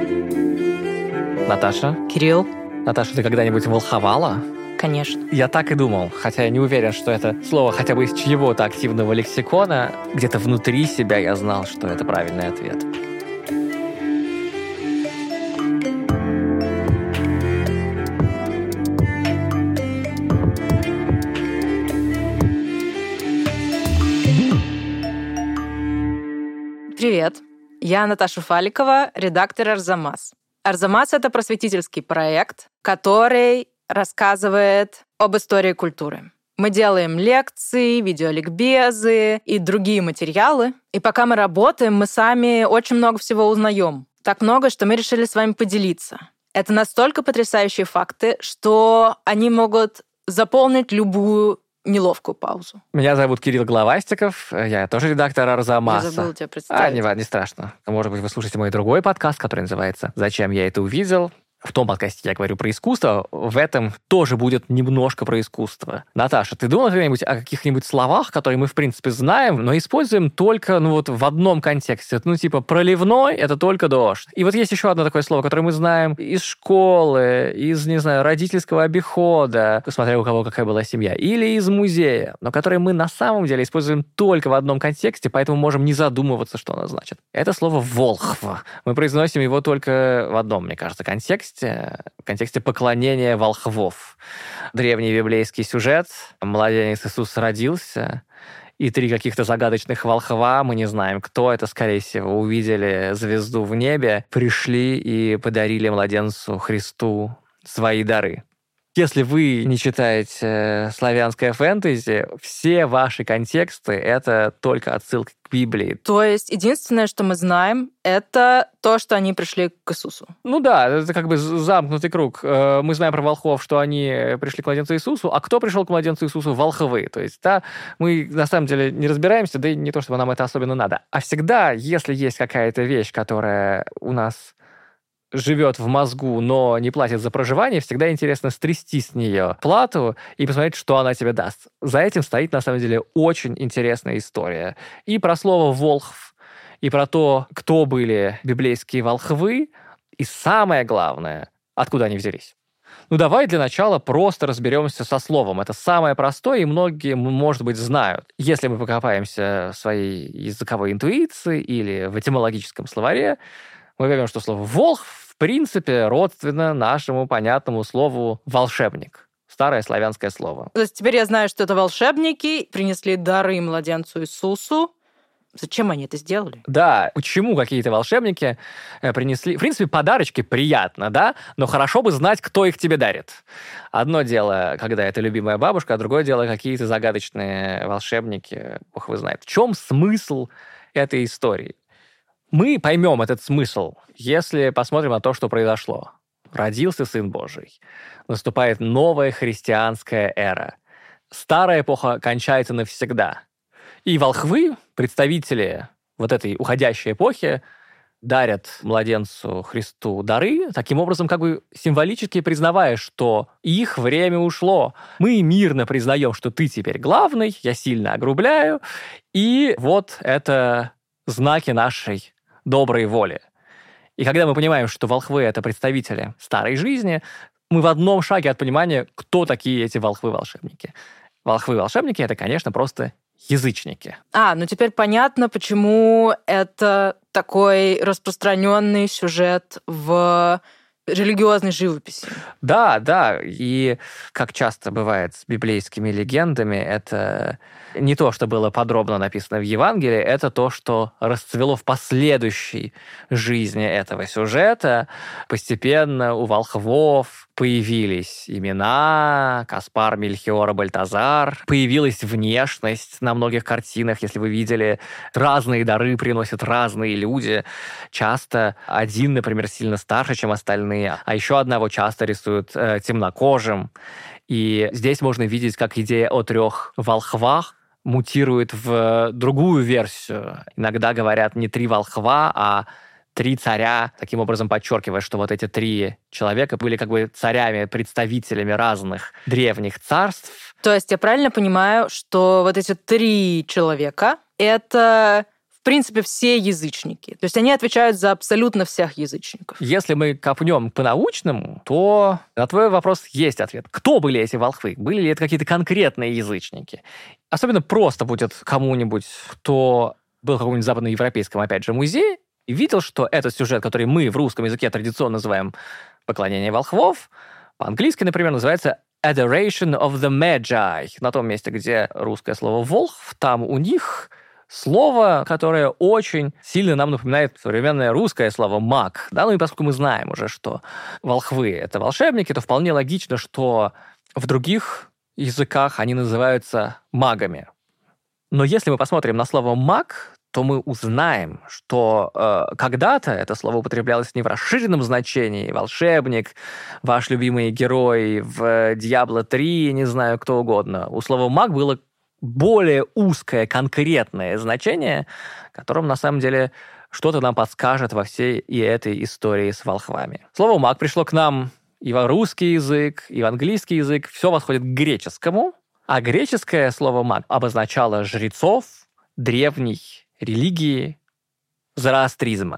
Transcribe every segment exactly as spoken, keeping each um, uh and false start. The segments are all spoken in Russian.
Наташа? Кирилл? Наташа, ты когда-нибудь волховала? Конечно. Я так и думал, хотя я не уверен, что это слово хотя бы из чьего-то активного лексикона. Где-то внутри себя я знал, что это правильный ответ. Привет. Я Наташа Фаликова, редактор «Арзамас». «Арзамас» — это просветительский проект, который рассказывает об истории культуры. Мы делаем лекции, видеоликбезы и другие материалы. И пока мы работаем, мы сами очень много всего узнаем. Так много, что мы решили с вами поделиться. Это настолько потрясающие факты, что они могут заполнить любую неловкую паузу. Меня зовут Кирилл Главастиков, я тоже редактор «Арзамаса». Я забыла тебя представить. А, не, не страшно. Может быть, вы слушаете мой другой подкаст, который называется «Зачем я это увидел?». В том подкасте я говорю про искусство, в этом тоже будет немножко про искусство. Наташа, ты думала когда-нибудь о каких-нибудь словах, которые мы, в принципе, знаем, но используем только, ну вот, в одном контексте? Ну, типа, проливной — это только дождь. И вот есть еще одно такое слово, которое мы знаем из школы, из, не знаю, родительского обихода, смотря у кого какая была семья, или из музея, но которое мы на самом деле используем только в одном контексте, поэтому можем не задумываться, что оно значит. Это слово «волхв». Мы произносим его только в одном, мне кажется, контексте, в контексте поклонения волхвов. Древний библейский сюжет. Младенец Иисус родился, и три каких-то загадочных волхва, мы не знаем, кто это, скорее всего, увидели звезду в небе, пришли и подарили младенцу Христу свои дары. Если вы не читаете славянское фэнтези, все ваши контексты — это только отсылки к Библии. То есть единственное, что мы знаем, это то, что они пришли к Иисусу. Ну да, это как бы замкнутый круг. Мы знаем про волхвов, что они пришли к младенцу Иисусу, а кто пришел к младенцу Иисусу? Волхвы. То есть, да, мы на самом деле не разбираемся, да и не то, чтобы нам это особенно надо. А всегда, если есть какая-то вещь, которая у нас живет в мозгу, но не платит за проживание, всегда интересно стрясти с нее плату и посмотреть, что она тебе даст. За этим стоит, на самом деле, очень интересная история. И про слово «волхв», и про то, кто были библейские волхвы, и самое главное, откуда они взялись. Ну, давай для начала просто разберемся со словом. Это самое простое, и многие, может быть, знают. Если мы покопаемся в своей языковой интуиции или в этимологическом словаре, мы поймем, что слово «волхв» в принципе родственно нашему понятному слову «волшебник». Старое славянское слово. То есть теперь я знаю, что это волшебники, принесли дары младенцу Иисусу. Зачем они это сделали? Да, почему какие-то волшебники принесли... В принципе, подарочки приятно, да? Но хорошо бы знать, кто их тебе дарит. Одно дело, когда это любимая бабушка, а другое дело, какие-то загадочные волшебники, бог его знает. В чем смысл этой истории? Мы поймем этот смысл, если посмотрим на то, что произошло. Родился Сын Божий. Наступает новая христианская эра. Старая эпоха кончается навсегда. И волхвы, представители вот этой уходящей эпохи, дарят младенцу Христу дары, таким образом как бы символически признавая, что их время ушло. Мы мирно признаем, что ты теперь главный, я сильно огрубляю, и вот это знаки нашей доброй воли. И когда мы понимаем, что волхвы — это представители старой жизни, мы в одном шаге от понимания, кто такие эти волхвы-волшебники. Волхвы-волшебники — это, конечно, просто язычники. А, ну теперь понятно, почему это такой распространенный сюжет в религиозной живописи. Да, да, и как часто бывает с библейскими легендами, это не то, что было подробно написано в Евангелии, это то, что расцвело в последующей жизни этого сюжета. Постепенно у волхвов появились имена: Каспар, Мельхиор, Бальтазар. Появилась внешность на многих картинах, если вы видели. Разные дары приносят разные люди. Часто один, например, сильно старше, чем остальные, а еще одного часто рисуют э, темнокожим. И здесь можно видеть, как идея о трех волхвах мутирует в другую версию. Иногда говорят не три волхва, а три царя, таким образом подчеркивая, что вот эти три человека были как бы царями, представителями разных древних царств. То есть я правильно понимаю, что вот эти три человека — это, в принципе, все язычники. То есть они отвечают за абсолютно всех язычников. Если мы копнем по-научному, то на твой вопрос есть ответ. Кто были эти волхвы? Были ли это какие-то конкретные язычники? Особенно просто будет кому-нибудь, кто был в каком-нибудь западноевропейском, опять же, музее, и видел, что этот сюжет, который мы в русском языке традиционно называем «Поклонение волхвов», по-английски, например, называется «Adoration of the Magi». На том месте, где русское слово «волхв», там у них слово, которое очень сильно нам напоминает современное русское слово «маг». Да? Ну и поскольку мы знаем уже, что волхвы — это волшебники, то вполне логично, что в других языках они называются магами. Но если мы посмотрим на слово «маг», то мы узнаем, что э, когда-то это слово употреблялось не в расширенном значении. Волшебник, ваш любимый герой в «Диабло три», не знаю, кто угодно. У слова «маг» было более узкое, конкретное значение, которым, на самом деле, что-то нам подскажет во всей и этой истории с волхвами. Слово «маг» пришло к нам и в русский язык, и в английский язык. Все восходит к греческому. А греческое слово «маг» обозначало жрецов древней религии зороастризма.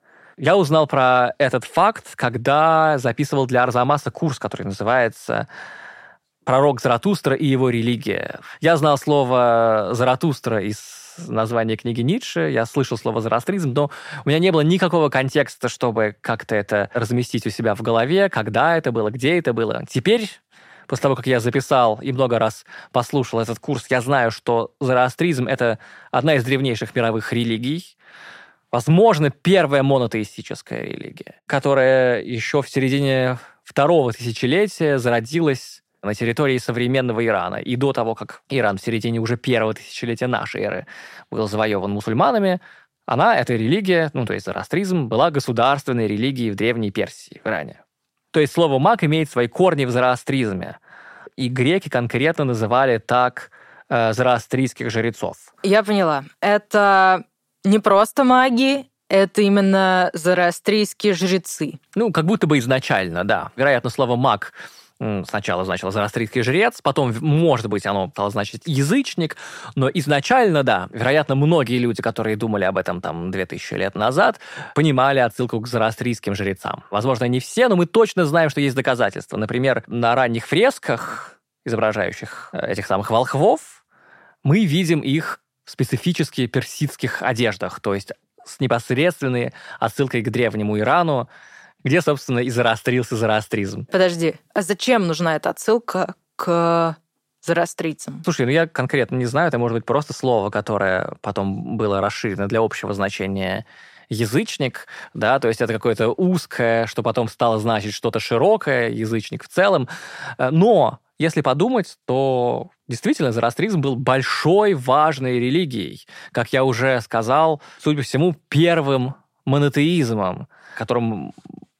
Я узнал про этот факт, когда записывал для Арзамаса курс, который называется «Пророк Заратустра и его религия». Я знал слово «Заратустра» из названия книги Ницше, я слышал слово «зороастризм», но у меня не было никакого контекста, чтобы как-то это разместить у себя в голове, когда это было, где это было. Теперь, после того, как я записал и много раз послушал этот курс, я знаю, что зороастризм — это одна из древнейших мировых религий, возможно, первая монотеистическая религия, которая еще в середине второго тысячелетия зародилась на территории современного Ирана. И до того, как Иран в середине уже первого тысячелетия нашей эры был завоеван мусульманами, она, эта религия, ну, то есть зороастризм, была государственной религией в Древней Персии, в Иране. То есть слово «маг» имеет свои корни в зороастризме. И греки конкретно называли так э, зороастрийских жрецов. Я поняла. Это не просто маги, это именно зороастрийские жрецы. Ну, как будто бы изначально, да. Вероятно, слово «маг» сначала значило зороастрийский жрец, потом, может быть, оно стало значить язычник, но изначально, да, вероятно, многие люди, которые думали об этом там две тысячи лет назад, понимали отсылку к зороастрийским жрецам. Возможно, не все, но мы точно знаем, что есть доказательства. Например, на ранних фресках, изображающих этих самых волхвов, мы видим их в специфически персидских одеждах, то есть с непосредственной отсылкой к древнему Ирану, где, собственно, и зороастрился зороастризм. Подожди, а зачем нужна эта отсылка к зороастрийцам? Слушай, ну я конкретно не знаю, это может быть просто слово, которое потом было расширено для общего значения язычник, да, то есть это какое-то узкое, что потом стало значить что-то широкое, язычник в целом. Но если подумать, то действительно зороастризм был большой, важной религией. Как я уже сказал, судя по всему, первым монотеизмом, которым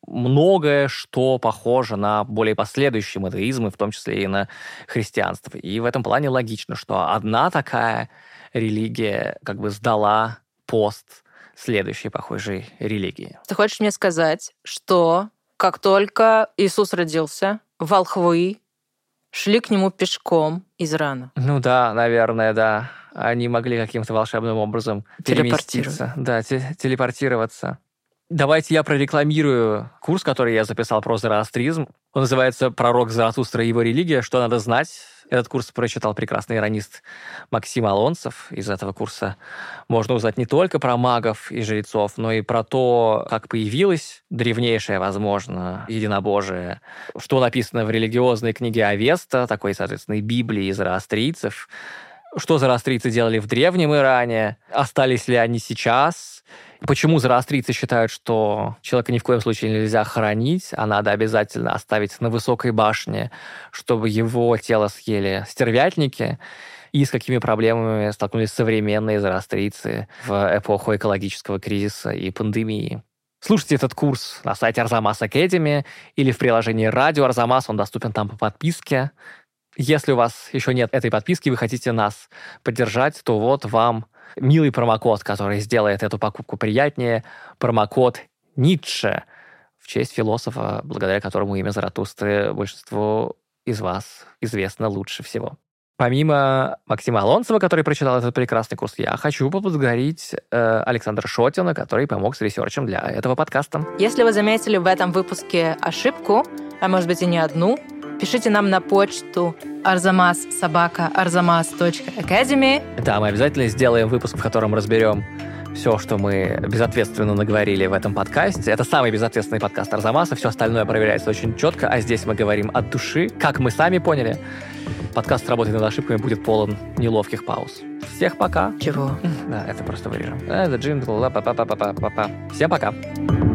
многое что похоже на более последующие монотеизмы, в том числе и на христианство. И в этом плане логично, что одна такая религия как бы сдала пост следующей похожей религии. Ты хочешь мне сказать, что как только Иисус родился, волхвы шли к нему пешком из Ирана? Ну да, наверное, да. Они могли каким-то волшебным образом переместиться. Да, те- телепортироваться. Давайте я прорекламирую курс, который я записал про зороастризм. Он называется «Пророк Заратустра и его религия. Что надо знать?». Этот курс прочитал прекрасный иронист Максим Алонцев. Из этого курса можно узнать не только про магов и жрецов, но и про то, как появилось древнейшее, возможно, единобожие, что написано в религиозной книге Авеста, такой, соответственно, Библии зороастрийцев, что зороастрийцы делали в Древнем Иране, остались ли они сейчас, почему зороастрийцы считают, что человека ни в коем случае нельзя хоронить, а надо обязательно оставить на высокой башне, чтобы его тело съели стервятники, и с какими проблемами столкнулись современные зороастрийцы в эпоху экологического кризиса и пандемии. Слушайте этот курс на сайте Арзамас Academy или в приложении «Радио Арзамас», он доступен там по подписке. Если у вас еще нет этой подписки, вы хотите нас поддержать, то вот вам милый промокод, который сделает эту покупку приятнее. Промокод Ницше в честь философа, благодаря которому имя Заратустры большинству из вас известно лучше всего. Помимо Максима Алонсова, который прочитал этот прекрасный курс, я хочу поблагодарить э, Александра Шотина, который помог с ресерчем для этого подкаста. Если вы заметили в этом выпуске ошибку, а может быть и не одну, пишите нам на почту арзамас собака арзамас точка academy. Да, мы обязательно сделаем выпуск, в котором разберем все, что мы безответственно наговорили в этом подкасте. Это самый безответственный подкаст Арзамаса, все остальное проверяется очень четко, а здесь мы говорим от души, как мы сами поняли. Подкаст «Работает над ошибками» будет полон неловких пауз. Всех пока. Чего? Да, это просто вырежем. Это джингл. Всем пока.